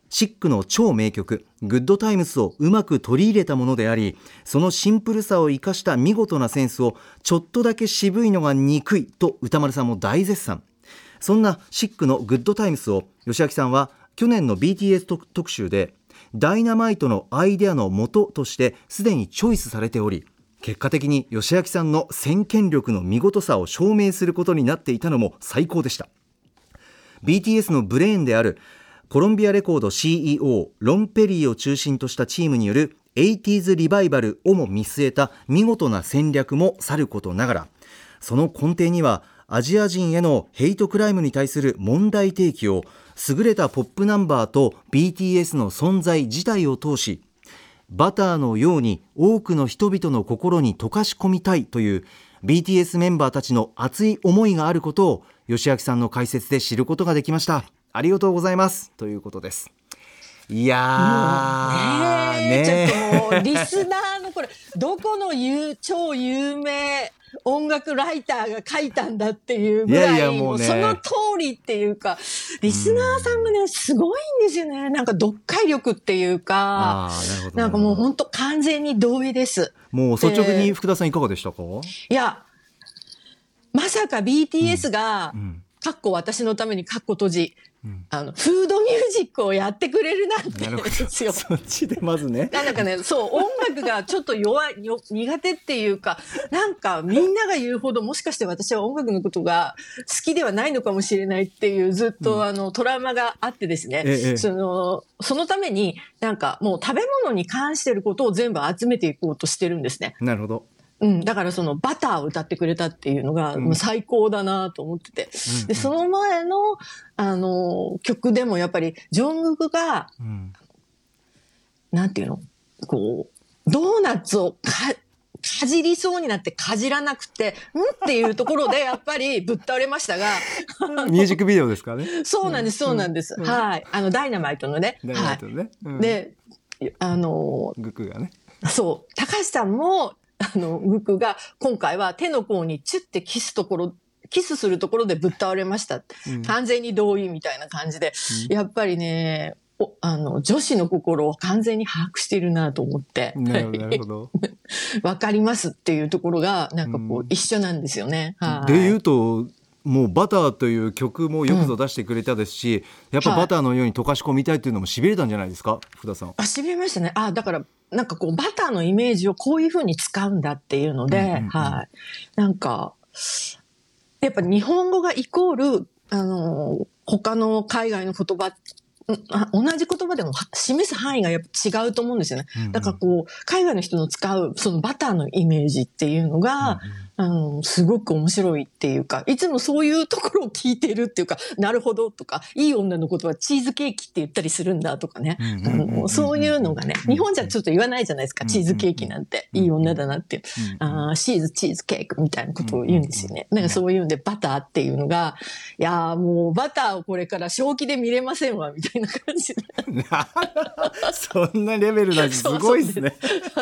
シックの超名曲グッドタイムスをうまく取り入れたものであり、そのシンプルさを生かした見事なセンスをちょっとだけ渋いのが憎いと歌丸さんも大絶賛。そんなシックのグッドタイムスを吉明さんは去年の ビーティーエス 特集でダイナマイトのアイデアの元としてすでにチョイスされており、結果的に吉明さんの先見力の見事さを証明することになっていたのも最高でした。 ビーティーエス のブレーンであるコロンビアレコード シーイーオー ロン・ペリーを中心としたチームによるエイティーズリバイバルをも見据えた見事な戦略もさることながら、その根底にはアジア人へのヘイトクライムに対する問題提起を優れたポップナンバーと ビーティーエス の存在自体を通し、バターのように多くの人々の心に溶かし込みたいという ビーティーエス メンバーたちの熱い思いがあることを吉明さんの解説で知ることができました。ありがとうございますということです。いやーねねちょっともうリスナーのこれどこの有超有名音楽ライターが書いたんだっていうぐらい、いやいやもうね、その通りっていうか、リスナーさんがねすごいんですよね。なんか読解力っていうか、あ、なるほど、なんかもう本当完全に同意です。 もう率直に福田さんいかがでしたか？ いやまさか ビーティーエス が、うんうん、かっこ私のためにかっこ閉じ、うん、あのフードミュージックをやってくれるなんてですよ。 そっちでまずね、 なんかね、そう音楽がちょっと弱いよ苦手っていうか、なんかみんなが言うほどもしかして私は音楽のことが好きではないのかもしれないっていうずっと、うん、あのトラウマがあってですね、ええ、そのそのためになんかもう食べ物に関してることを全部集めていこうとしてるんですね。 なるほど。 うん、だからそのバターを歌ってくれたっていうのがもう最高だなと思ってて、うん、でその前のあの曲でもやっぱりジョングクが、うん、なんていうのこうドーナツをかかじりそうになってかじらなくてんっていうところでやっぱりぶっ倒れましたがミュージックビデオですかね。 そうなんですそうなんです、うん、はいあのダイナマイトのね、 ダイナマイトのね、 はい、うん、であのグクがね、 そう高橋さんもあの、グクが今回は手の甲にチュッてキスところ、キスするところでぶっ倒れました。うん、完全に同意みたいな感じで、うん、やっぱりね、おあの、女子の心を完全に把握しているなと思って。 なるほど、なるほど。 わかりますっていうところが、なんかこう、うん、一緒なんですよね。はい。 で言うと、もうバターという曲もよくぞ出してくれたですし、うん、やっぱバターのように溶かし込みたいっていうのも痺れたんじゃないですか、福田さん。 あ、痺れましたね。あ、だから、なんかこうバターのイメージをこういう風に使うんだっていうので、うんうんうん、はい。なんか、やっぱ日本語がイコール、あの、他の海外の言葉、同じ言葉でも示す範囲がやっぱ違うと思うんですよね。うんうん、だからこう、海外の人の使うそのバターのイメージっていうのが、うんうん、あのすごく面白いっていうか、いつもそういうところを聞いてるっていうか、なるほどとか、いい女のことはチーズケーキって言ったりするんだとかね。そういうのがね、日本じゃちょっと言わないじゃないですか、チーズケーキなんて。いい女だなって。あチーズ、チーズケーキみたいなことを言うんですよね。なんかそういうんでバターっていうのが、いやーもうバターをこれから正気で見れませんわ、みたいな感じで。 そんなレベルなんてすごいですね。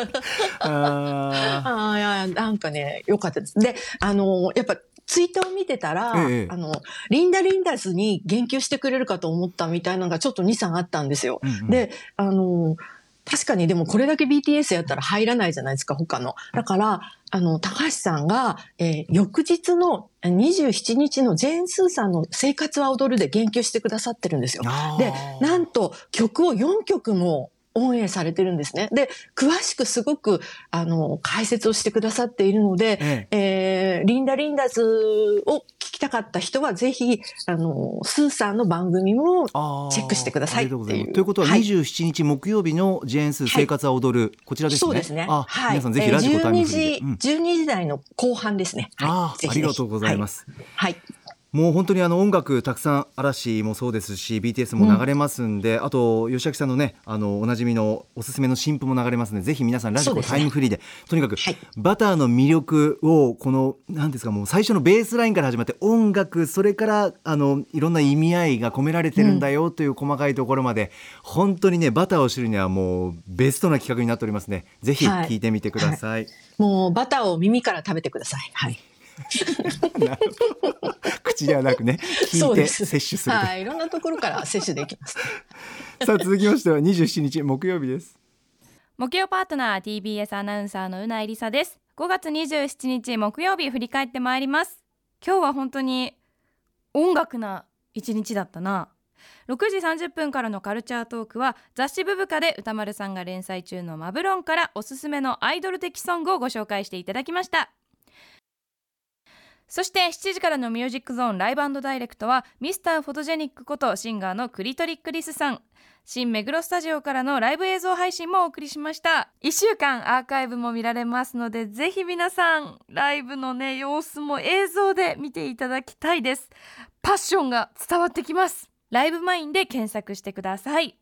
ああ、いや、なんかね、よかったです。で、あの、やっぱ、ツイッターを見てたら、ええ、あの、リンダ・リンダスに言及してくれるかと思ったみたいなのがちょっとに、さんあったんですよ。うんうん、で、あの、確かにでもこれだけ ビーティーエス やったら入らないじゃないですか、他の。だから、あの、高橋さんが、えー、翌日のにじゅうしちにちのジェーン・スーさんの生活は踊るで言及してくださってるんですよ。で、なんと曲をよんきょくもオンエアされてるんですね。で、詳しくすごく、あの、解説をしてくださっているので、えええー、リンダ・リンダスを聞きたかった人は、ぜひ、あの、スーさんの番組もチェックしてくださいっていう。 ということは、にじゅうしちにち木曜日のジェーン・スー生活は踊る、はい、こちらですね。 そうですね。 あ、はい、皆さんぜひラジコタイムフリーで。 じゅうにじ、じゅうにじ台の後半ですね。 はい、あ、ぜひぜひありがとうございます。 はい。はいもう本当にあの音楽たくさん嵐もそうですし ビーティーエス も流れますんで、うん、あと吉明さんのねあのおなじみのおすすめの新譜も流れますのでぜひ皆さんラジコタイムフリーで、ね、とにかく、はい、バターの魅力をこの何ですかもう最初のベースラインから始まって音楽それからあのいろんな意味合いが込められてるんだよという細かいところまで、うん、本当にねバターを知るにはもうベストな企画になっておりますね。ぜひ聞いてみてください、はいはい、 もうバターを耳から食べてください。はいなるほど口ではなくね聞いて摂取する、 はい、いろんなところから摂取できますさあ続きましてはにじゅうしちにち木曜日です。 木曜パートナー ティービーエス アナウンサーのうないりさです。ごがつにじゅうしちにち木曜日振り返ってまいります。今日は本当に音楽な一日だったな。ろくじさんじゅっぷんからのカルチャートークは雑誌ブブカで歌丸さんが連載中のマブロンからおすすめのアイドル的ソングをご紹介していただきました。そしてしちじからのミュージックゾーンライブ&ダイレクトはミスターフォトジェニックことシンガーのクリトリックリスさん、新目黒スタジオからのライブ映像配信もお送りしました。いっしゅうかんアーカイブも見られますので、ぜひ皆さんライブのね様子も映像で見ていただきたいです。パッションが伝わってきます。ライブマインで検索してください。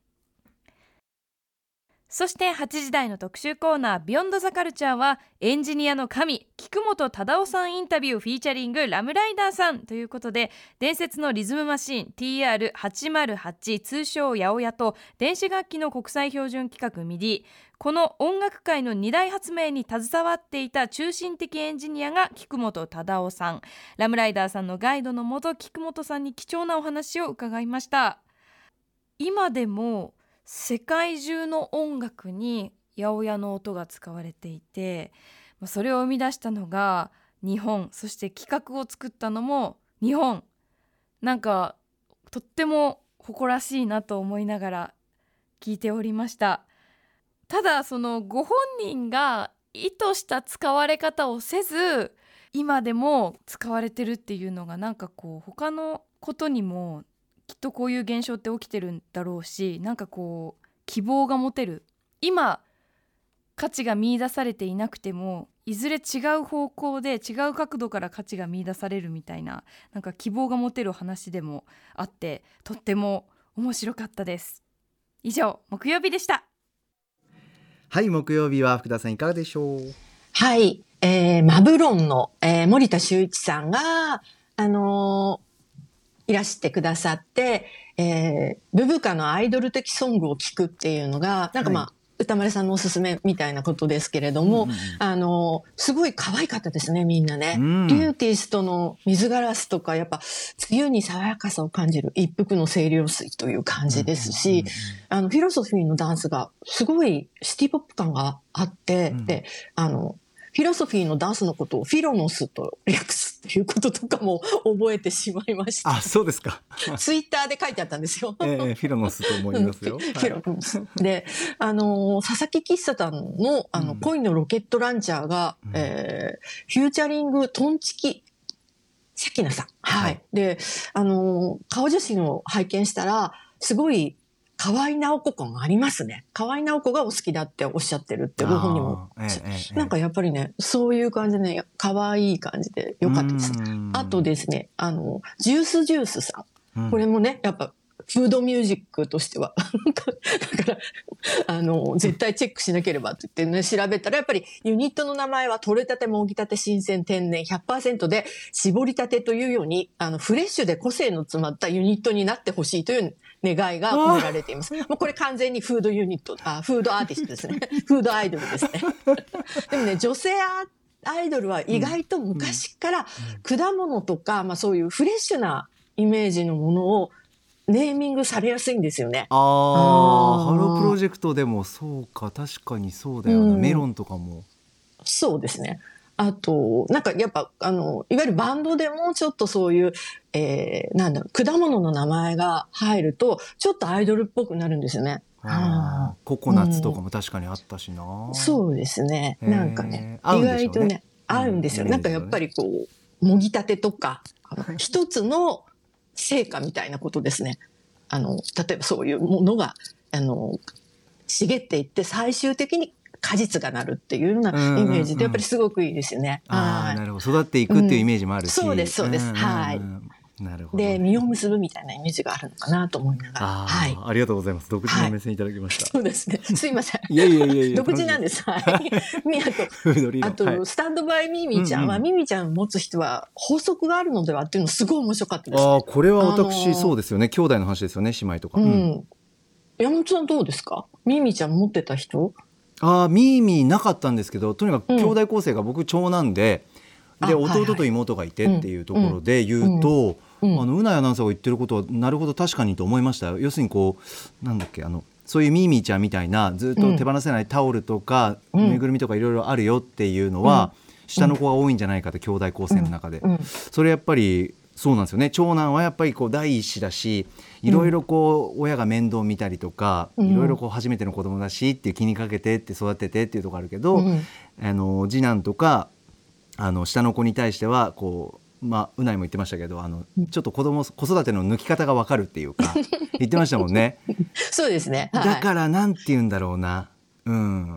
そしてはちじ台の特集コーナービヨンドザカルチャーはエンジニアの神菊本忠夫さんインタビューフィーチャリングラムライダーさんということで、伝説のリズムマシン ティーアールはちまるはち 通称八百屋と電子楽器の国際標準規格 ミディ、 この音楽界の二大発明に携わっていた中心的エンジニアが菊本忠夫さん。ラムライダーさんのガイドのもと菊本さんに貴重なお話を伺いました。今でも世界中の音楽に八百屋の音が使われていて、それを生み出したのが日本、そして企画を作ったのも日本。なんかとっても誇らしいなと思いながら聞いておりました。ただそのご本人が意図した使われ方をせず今でも使われてるっていうのがなんかこう他のことにもきっとこういう現象って起きてるんだろうし、なんかこう希望が持てる、今価値が見出されていなくてもいずれ違う方向で違う角度から価値が見出されるみたいな、なんか希望が持てる話でもあってとっても面白かったです。以上木曜日でした。 はい、木曜日は福田さんいかがでしょう。 はい、えー、マブロンの、えー、森田修一さんがあのーいらしてくださって、えー、ブブカのアイドル的ソングを聴くっていうのが、なんかまあ、はい、歌丸さんのおすすめみたいなことですけれども、うんうん、あの、すごい可愛かったですね、みんなね。うん、リューティストの水ガラスとか、やっぱ、梅雨に爽やかさを感じる一服の清涼水という感じですし、うんうんうん、あの、フィロソフィーのダンスがすごいシティポップ感があって、うん、で、あの、フィロソフィーのダンスのことをフィロノスと略すっていうこととかも覚えてしまいました。 あ、そうですか。 ツイッターで書いてあったんですよ。 えー、フィロノスと思いますよ。 フィロノス。で、あの、佐々木喫茶さんの、あの、うん、恋のロケットランチャーが、うん、えー、フューチャリングトンチキ関菜さん。はい。はい、で、あの、顔写真を拝見したら、すごい、河合直子感がありますね。河合直子がお好きだっておっしゃってるってご本人も、ええ、なんかやっぱりね、そういう感じでね、可愛い感じでよかったです。あとですね、あのジュースジュースさん、うん、これもねやっぱフードミュージックとしてはだからあの絶対チェックしなければって言ってね調べたらやっぱりユニットの名前は取れたてもぎたて新鮮天然 ひゃくパーセント で絞りたてというようにあのフレッシュで個性の詰まったユニットになってほしいという願いが込められています。もうこれ完全にフードユニット、あ、フードアーティストですね。フードアイドルですね。でもね、女性アイドルは意外と昔から果物とか、まあそういうフレッシュなイメージのものをネーミングされやすいんですよね。 ああ、ハロープロジェクトでもそうか、確かにそうだよな、うん、メロンとかも。 そうですね。あと、なんかやっぱ、あの、いわゆるバンドでもちょっとそういう、えー、なんだろう、果物の名前が入ると、ちょっとアイドルっぽくなるんですよね。 あココナッツとかも確かにあったしな。 うん、そうですね。なんかね、意外とね、合うんですよ。なんかやっぱりこう、もぎたてとか、一つの成果みたいなことですね。あの、例えばそういうものが、あの、茂っていって最終的に果実がなるっていうようなイメージでやっぱりすごくいいですよね。 うんうんうん、ああ、なるほど。育っていくっていうイメージもあるし。 うん、そうです、そうです。うんうんうん、はい。 なるほど、ね。 で、実を結ぶみたいなイメージがあるのかなと思いながら。 あ、はい、ありがとうございます。独自の目線いただきました。 はい、そうですね。すいません。 いやいやいやいや。 独自なんです。はい。あと、あと、はい、スタンドバイミミちゃんは、うんうん、ミミちゃんを持つ人は法則があるのではっていうのすごい面白かったです、ね。 ああ、これは私、そうですよね。兄弟の話ですよね、姉妹とか。 うん。うん、山本さんどうですか？ミミちゃん持ってた人？ ああ、ミーミーなかったんですけど、とにかく兄弟構成が僕長男で、うん、で弟と妹がいてっていうところで言うと、 うん、あのうないアナウンサーが言ってることはなるほど確かにと思いましたよ。要するにこうなんだっけあのそういうミーミーちゃんみたいなずっと手放せないタオルとか、うん、ぬいぐるみとかいろいろあるよっていうのは、うん、下の子が多いんじゃないかと、兄弟構成の中で、うんうん、それやっぱりそうなんですよね。長男はやっぱりこう第一子だし、いろいろこう親が面倒見たりとか、いろいろこう初めての子供だしっていう気にかけてって育ててっていうところあるけど、うん、あの次男とかあの下の子に対してはこう、まあ、うないも言ってましたけど、あのちょっと子供子育ての抜き方が分かるっていうか言ってましたもんね。 そうですね、はい、 だからなんて言うんだろうな、うん、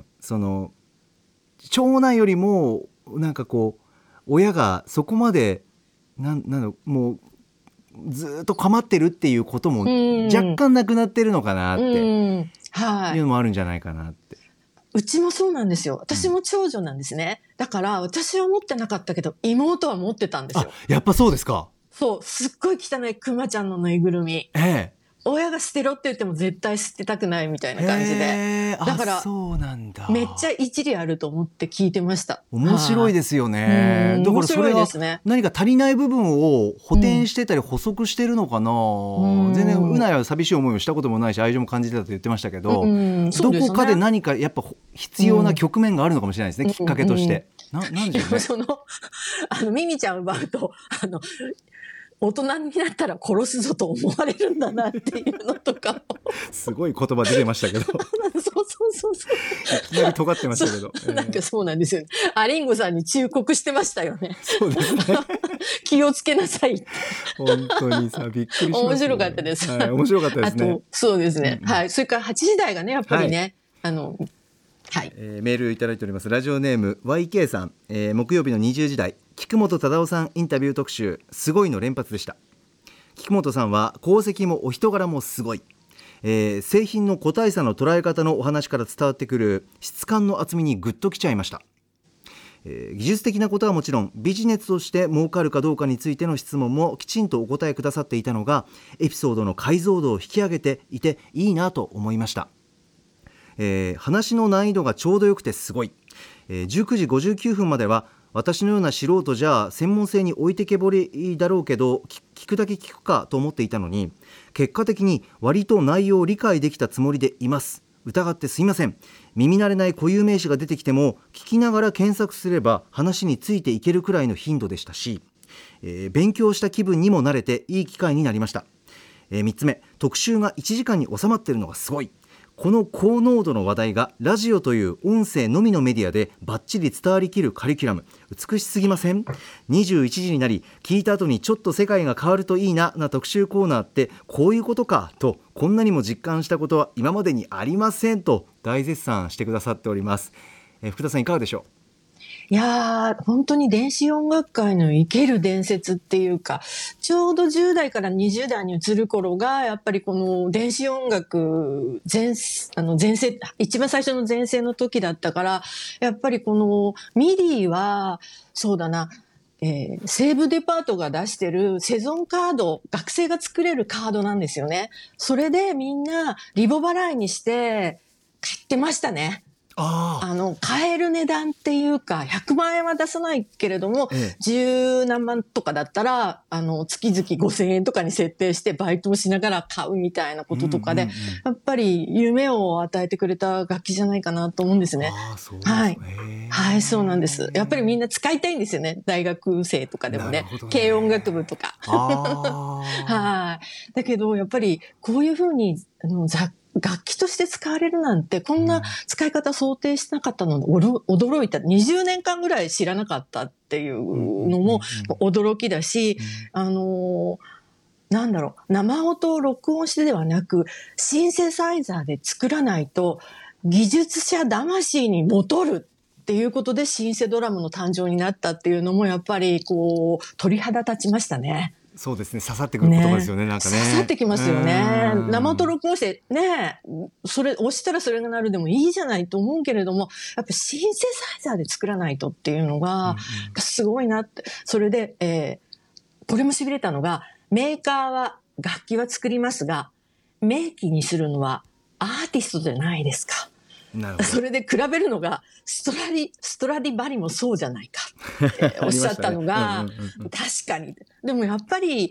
その長男よりもなんかこう親がそこまでなんなんだもうずっと構ってるっていうことも若干なくなってるのかなっていうのもあるんじゃないかなって。 うちもそうなんですよ。私も長女なんですね。だから私は持ってなかったけど妹は持ってたんですよ。 あ、やっぱそうですか。 そう、すっごい汚いクマちゃんのぬいぐるみ、ええ、親が捨てろって言っても絶対捨てたくないみたいな感じで、だからそうなんだ、 めっちゃ一理あると思って聞いてました。 面白いですよね。だからそれは何か足りない部分を補填してたり補足してるのかな、うん、全然うないは寂しい思いをしたこともないし愛情も感じてたと言ってましたけど、うん、どこかで何かやっぱ必要な局面があるのかもしれないですね、うん、きっかけとして、うん、な, なんでしょうね。 そのあのミミちゃん奪うとあの大人になったら殺すぞと思われるんだなっていうのとかすごい言葉出てましたけどそうそうそうそういきなり尖ってましたけど、 えー、なんかそうなんですよね。アリンゴさんに忠告してましたよね。 そうですね気をつけなさいって本当にさびっくりしました、ね、 面白かったです、 はい、面白かったですね。 あとそうですね、うん、はい。それからはちじ台がねやっぱりね、はい、あのはいえー、メールいただいております。ラジオネーム ワイケー さん、えー、木曜日のにじゅうじ台菊本忠夫さんインタビュー特集、すごいの連発でした。菊本さんは功績もお人柄もすごい、えー、製品の個体差の捉え方のお話から伝わってくる質感の厚みにグッときちゃいました。えー、技術的なことはもちろんビジネスとして儲かるかどうかについての質問もきちんとお答えくださっていたのがエピソードの解像度を引き上げていていいなと思いました。えー、話の難易度がちょうどよくてすごい、えー、じゅうくじごじゅうきゅうふんまでは私のような素人じゃ専門性に置いてけぼりだろうけど聞くだけ聞くかと思っていたのに結果的に割と内容を理解できたつもりでいます。疑ってすいません。耳慣れない固有名詞が出てきても聞きながら検索すれば話についていけるくらいの頻度でしたし、えー、勉強した気分にもなれていい機会になりました。えー、みっつめ、特集がいちじかんに収まっているのがすごい。この高濃度の話題がラジオという音声のみのメディアでバッチリ伝わりきるカリキュラム、美しすぎません？にじゅういちじになり聞いた後にちょっと世界が変わるといいなな特集コーナーってこういうことかと、こんなにも実感したことは今までにありませんと大絶賛してくださっております。えー、福田さんいかがでしょう？ いやー、本当に電子音楽界の生ける伝説っていうか、ちょうどじゅう代からにじゅう代に移る頃が、やっぱりこの電子音楽全、あの前世、一番最初の前世の時だったから、やっぱりこのミディは、そうだな、えー、西武デパートが出してるセゾンカード、学生が作れるカードなんですよね。それでみんなリボ払いにして買ってましたね。あ, あの買える値段っていうかひゃくまんえんは出さないけれども、ええ、十何万とかだったらあの月々ごせんえんとかに設定してバイトをしながら買うみたいなこととかで、うんうんうん、やっぱり夢を与えてくれた楽器じゃないかなと思うんですね。 あ、そうですね。 はい、はい、そうなんです。やっぱりみんな使いたいんですよね。大学生とかでも ね, ね軽音楽部とかはい。だけどやっぱりこういうふうにあのざ楽器として使われるなんてこんな使い方想定してなかったので驚いた。にじゅうねんかんぐらい知らなかったっていうのも驚きだし、あのなんだろう、生音を録音してではなくシンセサイザーで作らないと技術者魂に戻るっていうことでシンセドラムの誕生になったっていうのもやっぱりこう鳥肌立ちましたね。 そうですね、刺さってくる言葉ですよ ね, ねなんかね刺さってきますよね。生音録音してね、それ押したらそれが鳴るでもいいじゃないと思うけれども、やっぱシンセサイザーで作らないとっていうのがすごいなって。それで、えー、これも痺れたのが、メーカーは楽器は作りますが名器にするのはアーティストじゃないですか。なるほど。それで比べるのがストラディ、ストラディバリもそうじゃないかっておっしゃったのが、ねうんうんうん、確かに。でもやっぱり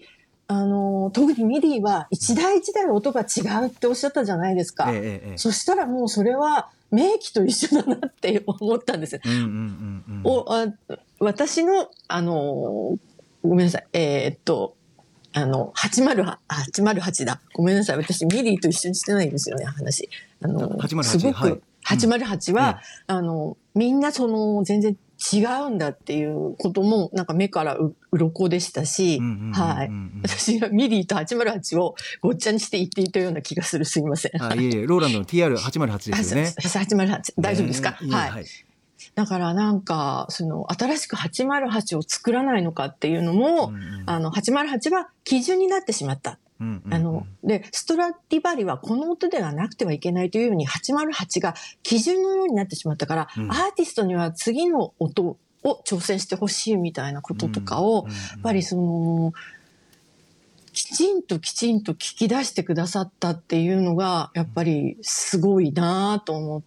あの、特にミディは一台一台音が違うっておっしゃったじゃないですか。ええ、そしたらもうそれは名機と一緒だなって思ったんです。うんうんうんうん、おあ私の、あの、ごめんなさい、えー、っと、あの、はちまるはちだ。ごめんなさい。私、ミディと一緒にしてないんですよね、話。あの、はちまるはち、すごく、はい、はちまるはちは、うん、あの、みんなその、全然違うんだっていうことも、なんか目からう鱗でしたし、はい。私はミディとはちまるはちをごっちゃにして言っていたような気がする。すいません。 あ、いえいえ、ローランドの ティーアールはちまるはち ですよね。 はちまるはち。大丈夫ですか、えー、はい。はい、だからなんか、その、新しくはちまるはちを作らないのかっていうのも、うんうん、あの、はちまるはちは基準になってしまった。うんうんうん、あの、で、ストラディバリはこの音ではなくてはいけないというように、はちまるはちが基準のようになってしまったから、うん、アーティストには次の音を挑戦してほしいみたいなこととかを、うんうんうん、やっぱりその、きちんときちんと聞き出してくださったっていうのが、やっぱりすごいなと思って、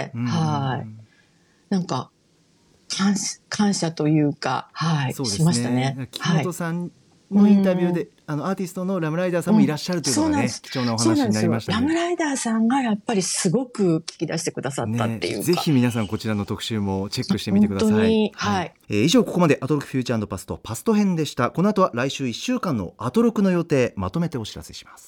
うん、はい。なんか感、感謝というか、はい、そうですね、しましたね。 木本さんのインタビューで、はい、あのアーティストのラムライダーさんもいらっしゃるというのがね、うん、貴重なお話になりましたね。 ラムライダーさんがやっぱりすごく聞き出してくださったっていうか、ね、 ぜひ皆さんこちらの特集もチェックしてみてください。 本当に、はいはい、 えー、以上ここまでアトロクフューチャー&パストパスト編でした。この後は来週いっしゅうかんのアトロクの予定まとめてお知らせします。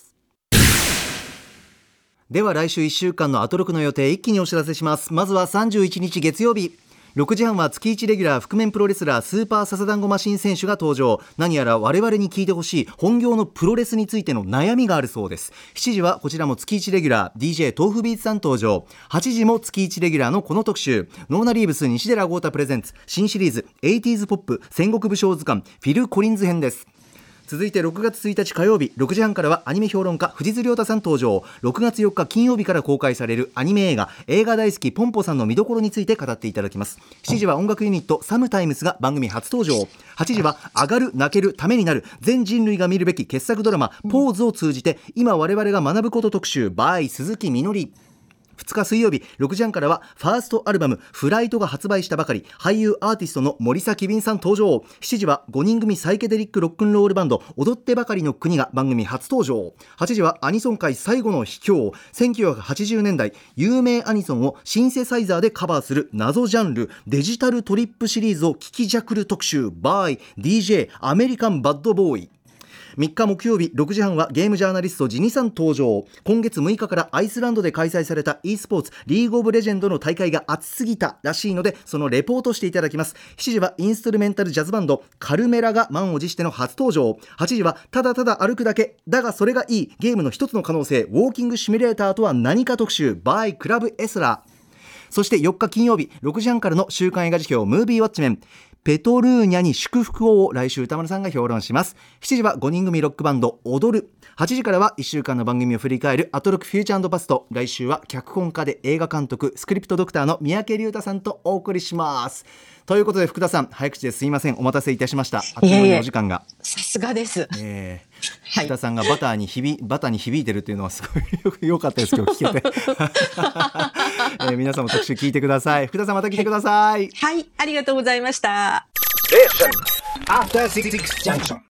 では来週いっしゅうかんのアトロクの予定一気にお知らせします。まずはさんじゅういちにち月曜日ろくじはんは月いちレギュラー覆面プロレスラースーパーササダンゴマシン選手が登場。何やら我々に聞いてほしい本業のプロレスについての悩みがあるそうです。しちじはこちらも月いちレギュラー ディージェー 豆腐ビーツさん登場。はちじも月いちレギュラーのこの特集、ノーナリーブス西寺豪太プレゼンツ新シリーズ エイティーズ ポップ戦国武将図鑑フィル・コリンズ編です。続いてろくがつついたち火曜日ろくじはんからはアニメ評論家藤津亮太さん登場。ろくがつよっか金曜日から公開されるアニメ映画映画大好きポンポさんの見どころについて語っていただきます。しちじは音楽ユニットサムタイムスが番組初登場。はちじは上がる泣けるためになる全人類が見るべき傑作ドラマポーズを通じて今我々が学ぶこと特集 by 鈴木みのり。ふつか水曜日ろくじはんからはファーストアルバムフライトが発売したばかり俳優アーティストの森崎敏さん登場。しちじはごにん組サイケデリックロックンロールバンド踊ってばかりの国が番組初登場。はちじはアニソン界最後の秘境せんきゅうひゃくはちじゅうねんだい有名アニソンをシンセサイザーでカバーする謎ジャンルデジタルトリップシリーズを聞きじゃくる特集 by ディージェー アメリカンバッドボーイ。みっか木曜日ろくじはんはゲームジャーナリストジニさん登場。今月むいかからアイスランドで開催された e スポーツリーグオブレジェンドの大会が熱すぎたらしいのでそのレポートしていただきます。しちじはインストゥルメンタルジャズバンドカルメラが満を持しての初登場。はちじはただただ歩くだけだがそれがいいゲームの一つの可能性ウォーキングシミュレーターとは何か特集 by クラブエスラー。そしてよっか金曜日ろくじはんからの週刊映画辞表ムービーウォッチメンペトルーニャに祝福をを来週歌丸さんが評論します。しちじはごにん組ロックバンド踊る。はちじからはいっしゅうかんの番組を振り返るアトロクフューチャー&パスト。来週は脚本家で映画監督スクリプトドクターの三宅龍太さんとお送りします。ということで福田さん早口ですいませんお待たせいたしました。あっという間にお時間が。 さすがです、 えーはい、福田さんがバターに響バターに響いてるっていうのはすごい良かったです今日聞けて、えー、皆さんも特集聞いてください。福田さんまた来てください。 はい、はい、ありがとうございました。After Six Junction